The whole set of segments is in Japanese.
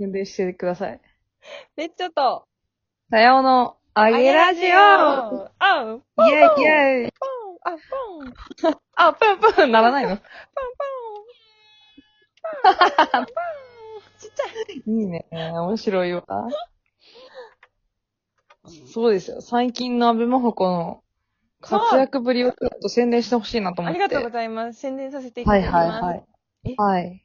宣伝してください。 で、ちょっと、 さようの、あげラジオあ、ポンイェイイェイポンあ、ポンあ、プンプンならないのポンポンポンポンちっちゃい。 いいね。面白いわ。そうですよ。最近の安倍真帆子の活躍ぶりをちょっと宣伝してほしいなと思って。 ありがとうございます。宣伝させていたはいだきます。 はいはい。 え、 はい。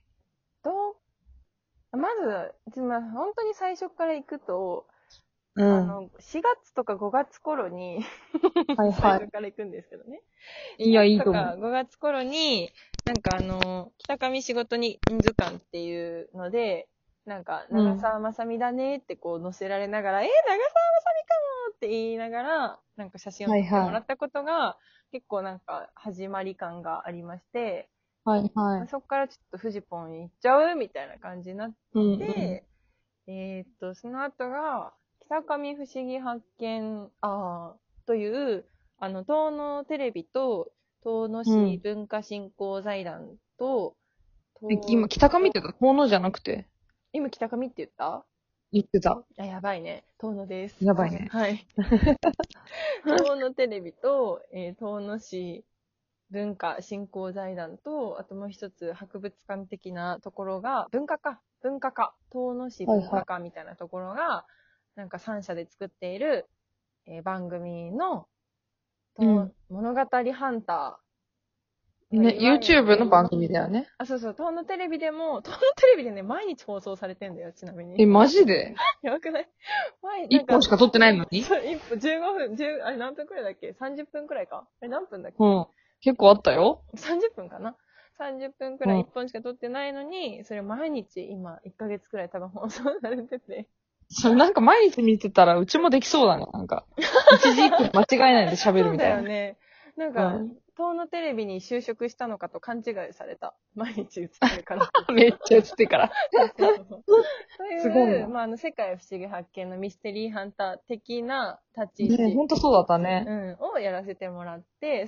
まず、本当に最初から行くと、 うん。 4月とか5月頃にはい最は初から行くんですけどね。 い。いや、い 4月とかいと思う。 5月頃に、北上仕事に図鑑っていうので、長澤まさみだねってこう載せられながら、長澤まさみかもって言いながら、写真を撮ってもらったことが、結構始まり感がありまして、 はいはい。 そこからちょっとフジポン行っちゃうみたいな感じになっうんうん。 て、その後が、北上不思議発見、という、東野テレビと、遠野市文化振興財団と、 今、北上って言った遠野じゃなくて今北上って言った？ 言ってた。 やばいね。遠野です。 やばいね。 はい。遠野テレビと、遠野市文化振興財団と、あともう一つ博物館的なところが、文化課、遠野市文化課みたいなところが、3社で作っている、番組の、物語ハンター。 ね、YouTube の番組だよね。 そうそう、遠野テレビでね、毎日放送されてんだよ、ちなみに。 マジでやばくない？ 一本しか撮ってないのにそう、1分、15分、あれ何分くらいだっけ？ 30 分くらいか。あれ何分だっけ？ うん。結構あったよ。 30分かな？ 30 分くらい1本しか撮ってないのに、それ毎日今1ヶ月くらい多分放送されてて。 それ毎日見てたらうちもできそうだね。一時一分間違えないで喋るみたいな。 そうだよね。遠野テレビに就職したのかと勘違いされた。毎日映ってるから。 めっちゃ映ってから。 そうという、 すごいな。 世界不思議発見のミステリーハンター的な立ち位置、 ね、ほんとそうだったね。 をやらせてもらって、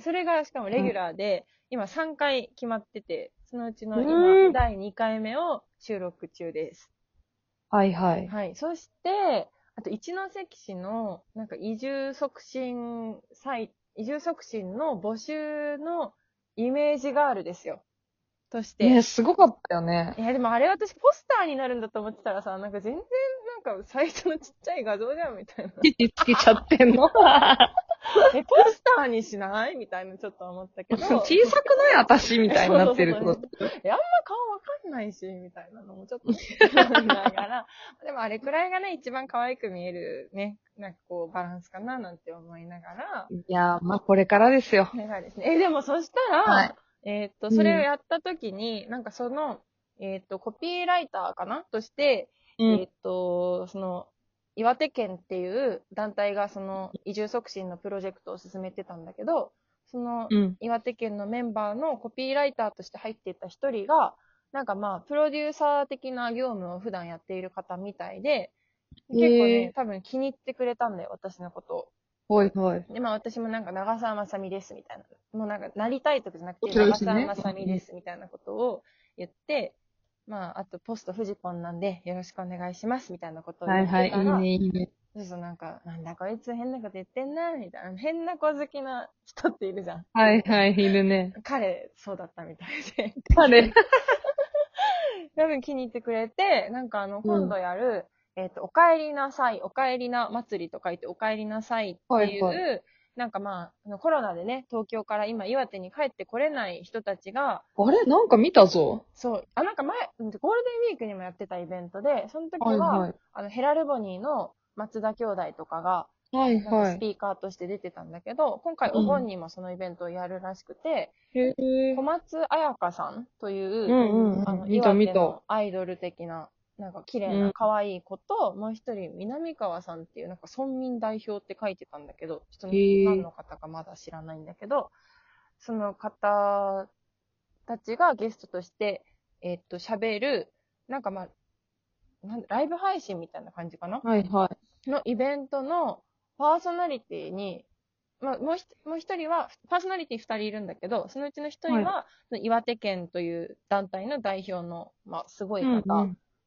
それがしかもレギュラーで、今3回決まってて、そのうちの今、第2回目を収録中です。 はいはい。 はい。そして、あと一関市の、移住促進の募集のイメージガールですよ。として。 ね、すごかったよね。 いや、でもあれ私ポスターになるんだと思ってたらさ、全然サイトのちっちゃい画像じゃんみたいな。 つけちゃってんのポスターにしないみたいなちょっと思ったけど。 小さくない私みたいになってること。 あんま顔わかんないし、みたいなのもちょっと思いながら。でもあれくらいがね、一番可愛く見えるね、バランスかななんて思いながら。 いやー、これからですよ。 これがですね。でもそしたら、 はいそれをやった時に、コピーライターかなとして、岩手県っていう団体が移住促進のプロジェクトを進めてたんだけど、岩手県のメンバーのコピーライターとして入っていた一人が、プロデューサー的な業務を普段やっている方みたいで、結構ね、多分気に入ってくれたんだよ、私のことを。 はいはい。 で、私も長澤まさみですみたいな。もうなりたいとかじゃなくて、長澤まさみですみたいなことを言って、あとポストフジポンなんでよろしくお願いしますみたいなことを言ってたら、 はいはい、いいねいいね。 そうなんだこいつ変なこと言ってんな、みたいな。変な子好きな人っているじゃん。 はいはい、いるね。 彼、そうだったみたいで。 彼多分気に入ってくれて、今度やる、お帰りなさい、お帰りな祭りと書いてお帰りなさいっていう、はいはい、コロナでね、東京から今岩手に帰ってこれない人たちが、 あれ見たぞ。 そう。ゴールデンウィークにもやってたイベントで、その時は、ヘラルボニーの松田兄弟とかが、スピーカーとして出てたんだけど、今回お盆にもそのイベントをやるらしくて、小松彩香さんという、岩手のアイドル的な、綺麗な可愛い子と、もう一人、南川さんっていう、村民代表って書いてたんだけど、ちょっと何の方かまだ知らないんだけど、その方たちがゲストとして、喋る、ライブ配信みたいな感じかな、 はいはい。 のイベントのパーソナリティに、もう一人は、パーソナリティ2人いるんだけど、そのうちの1人は、岩手県という団体の代表の、すごい方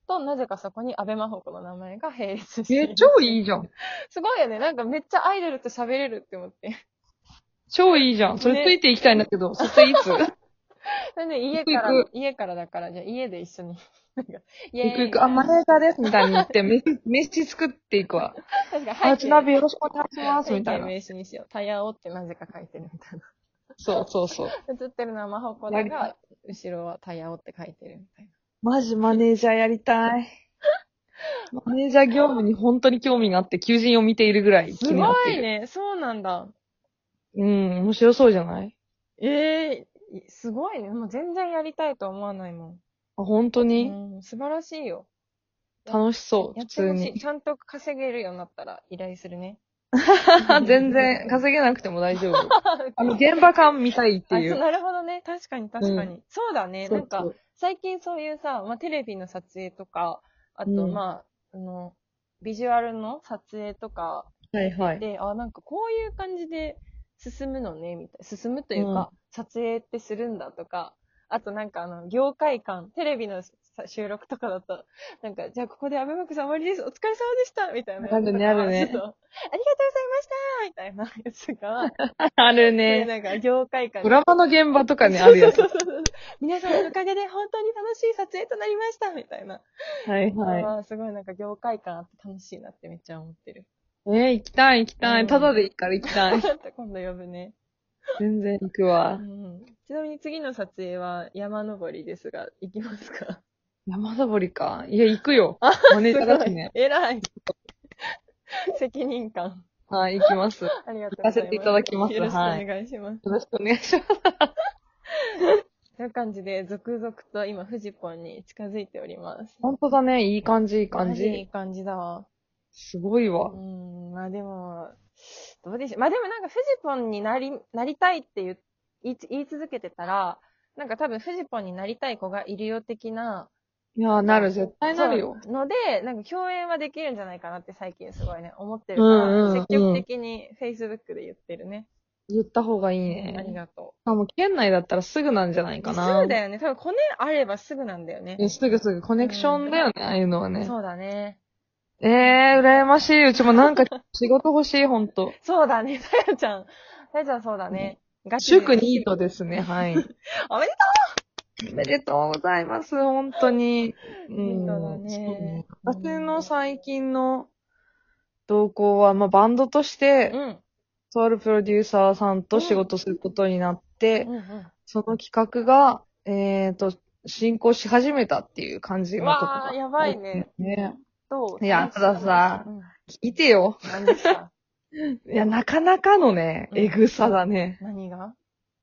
と、なぜかそこに安倍真帆子の名前が並列している。 超いいじゃん。 すごいよね。なんかめっちゃアイドルと喋れるって思って。 超いいじゃん。それついていきたいんだけど、そしていつそれね、家からだから、じゃあ家で一緒に。 行く。あ、マネージャーです、みたいに言って、飯作っていくわ。 確かあ、ちなみよろしくお願いします、みたいな。 名詞にしよう。タヤオってなぜか書いてるみたいな。 そう。 映ってるのはマホコだが、後ろはタヤオって書いてるみたいな。 マジマネージャーやりたい。マネージャー業務に本当に興味があって、求人を見ているぐらい気になっている。 すごいね。そうなんだ。 面白そうじゃない？ すごいね。もう全然やりたいと思わないもん。 あ、本当に？ 素晴らしいよ。 楽しそう、 普通に。ちゃんと稼げるようになったら依頼するね。 全然稼げなくても大丈夫。現場感見たいっていう。 なるほどね。確かに。そうだね。なんか、最近そういうさ、テレビの撮影とか、あと、ビジュアルの撮影とかで、なんかこういう感じで進むのね、みたいな。進むというか、撮影ってするんだとか、あとなんか業界観、テレビの収録とかだと、なんか、じゃあここでアベマックさん終わりです。お疲れ様でしたみたいな。 あるね、あるね。 ありがとうございましたみたいなやつが。 あるね。 なんか、業界観。 ドラマの現場とかね、あるやつ。 皆さんのおかげで本当に楽しい撮影となりましたみたいな。すごいなんか業界感あって楽しいなってめっちゃ思ってる。 行きたい。ただでいいから行きたい。 今度呼ぶね。 全然行くわ。 ちなみに次の撮影は山登りですが、行きますか？ 山登りか。いや、行くよ。マネージャーだしね。 偉い。責任感。 はい、行きます。 ありがとうございます。 行かせていただきます。 よろしくお願いします。 よろしくお願いします。 という感じで、続々と今、フジポンに近づいております。 本当だね。いい感じ。 いい感じだわ。 すごいわ。 でも、どうでしょう。でもなんかフジポンになりたいって言い続けてたら、なんか多分フジポンになりたい子がいるよ的な。 いや、絶対なるよ。 ので、なんか共演はできるんじゃないかなって最近すごいね、思ってるから、積極的に Facebook で言ってるね。 言った方がいいね。 ありがとう。もう県内だったらすぐなんじゃないかな。 すぐだよね。多分コネあればすぐなんだよね。 すぐ。コネクションだよね、ああいうのはね。 そうだね。 羨ましい。うちもなんか仕事欲しい、ほんと。 そうだね、さやちゃんそうだね。 祝ニートですね、はい。 おめでとうおめでとうございます、本当に。 そうだね。 私の最近の動向は、バンドとして、とあるプロデューサーさんと仕事することになって、その企画が、進行し始めたっていう感じのとこわー、やばいね。 いや、たださ、聞いてよ。 何ですか？ いや、なかなかのね、エグさだね。 何が？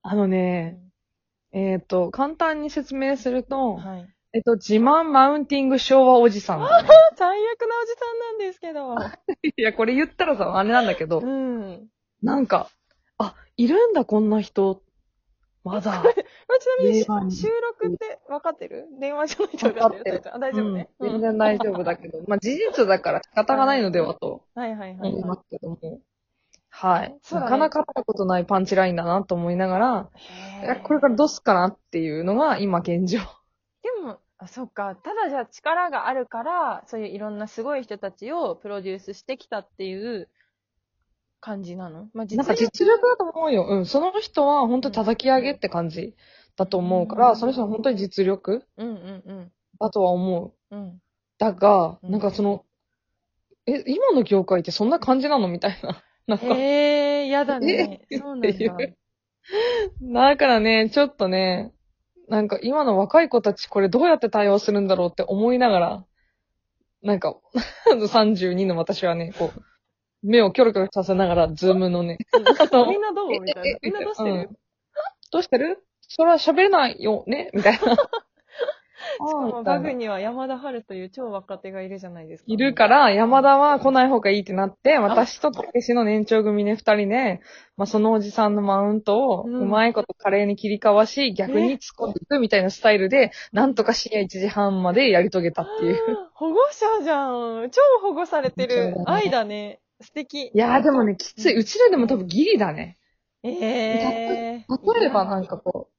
簡単に説明すると、自慢マウンティング昭和おじさんだね。 最悪なおじさんなんですけど。 いや、これ言ったらさ、あれなんだけど、なんか、いるんだ、こんな人。まだ。 ちなみに、収録って分かってる？電話じゃないと分かってる。大丈夫ね。 全然大丈夫だけど、事実だから仕方がないのではと思いますけども。はい。なかなか会ったことないパンチラインだなと思いながら、これからどうすっかなっていうのが今現状。 でも、そっか。ただじゃあ力があるから、そういういろんなすごい人たちをプロデュースしてきたっていう感じなの？ なんか実力だと思うよ。その人は本当に叩き上げって感じだと思うから、その人は本当に実力だとは思う。だが、なんか今の業界ってそんな感じなのみたいな。なんか。 やだね。そうなんだ。 だからね、ちょっとね、なんか今の若い子たちこれどうやって対応するんだろうって思いながら、なんか、32の私はね、こう、目をキョロキョロさせながら、ズームのね。 みんなどうみたいな。みんなどうしてる？ どうしてる？それは喋れないよねみたいな。 しかもバグには山田春という超若手がいるじゃないですか。 いるから、山田は来ない方がいいってなって、私とたけしの年長組ね二人で、そのおじさんのマウントをうまいこと華麗に切りかわし、逆に突っ込んでいくみたいなスタイルで、なんとか深夜1時半までやり遂げたっていう。 保護者じゃん。超保護されてる。愛だね。素敵。 いやーでもね、きつい。うちらでも多分ギリだね。例えばなんかこう、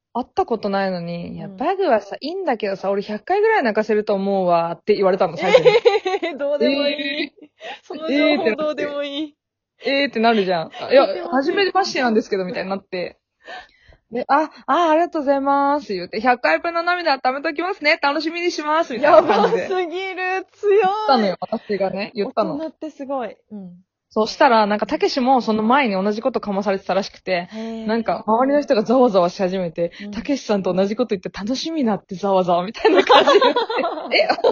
会ったことないのに、いや、バグはさ、いいんだけどさ、俺100回ぐらい泣かせると思うわ、って言われたの、最初に。 どうでもいい。その情報どうでもいい。 ってなるじゃん。いや、初めましてなんですけど、みたいになって。で、ありがとうございます。言って、100回分の涙貯めときますね。楽しみにします。みたいな感じで。 やばすぎる。強い。 言ったのよ、私がね。言ったの。 大人ってすごい。 そしたら、なんか、たけしもその前に同じことかまされてたらしくて、なんか、周りの人がざわざわし始めて、たけしさんと同じこと言って楽しみなってざわざわみたいな感じで言って、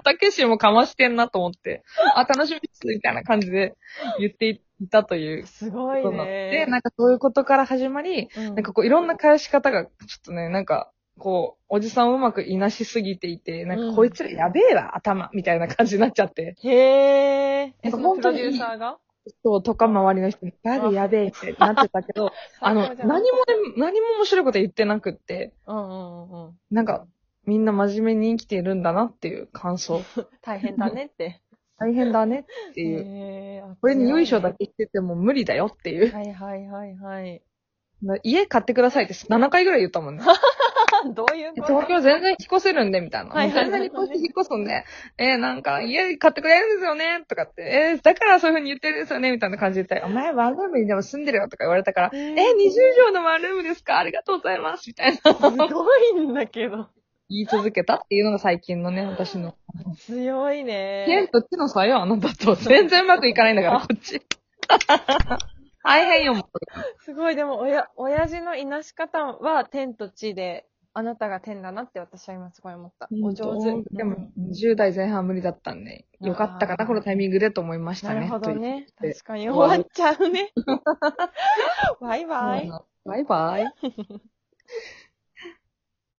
たけしもかましてんなと思って、楽しみですみたいな感じで言っていたという。 すごいね。 で、なんかそういうことから始まり、なんかこう、いろんな返し方が、ちょっとね、なんか、こう、おじさんをうまくいなしすぎていて、なんかこいつらやべえわ、頭、みたいな感じになっちゃって。 へー。そのプロデューサーがそう、とか周りの人に、バグやべえってなってたけど、何も面白いこと言ってなくって、なんか、みんな真面目に生きているんだなっていう感想。 大変だねって。 大変だねっていう。これによいしょだけしてても無理だよっていう。 はいはいはいはい。 家買ってくださいって7回ぐらい言ったもんね。 どういうこと？ 東京全然引っ越せるんで、みたいな。全然引っ越すんで、なんか家買ってくれるんですよね、とかって、だからそういう風に言ってるんですよね、みたいな感じで言ったら、お前ワンルームにでも住んでるよ、とか言われたから、20畳のワンルームですか？ありがとうございます、みたいな。すごいんだけど。 言い続けたっていうのが最近のね、私の。 強いね。 天と地の差よ、あなたと。全然うまくいかないんだから、こっち。大変よ、もう。 すごい、でも、親父のいなし方は天と地で、あなたが天だなって私は今すごい思った。お上手。 でも、20代前半無理だったんで、よかったかな、このタイミングでと思いましたね。 なるほどね。確かに終わっちゃうね。バイバイ。 バイバイ。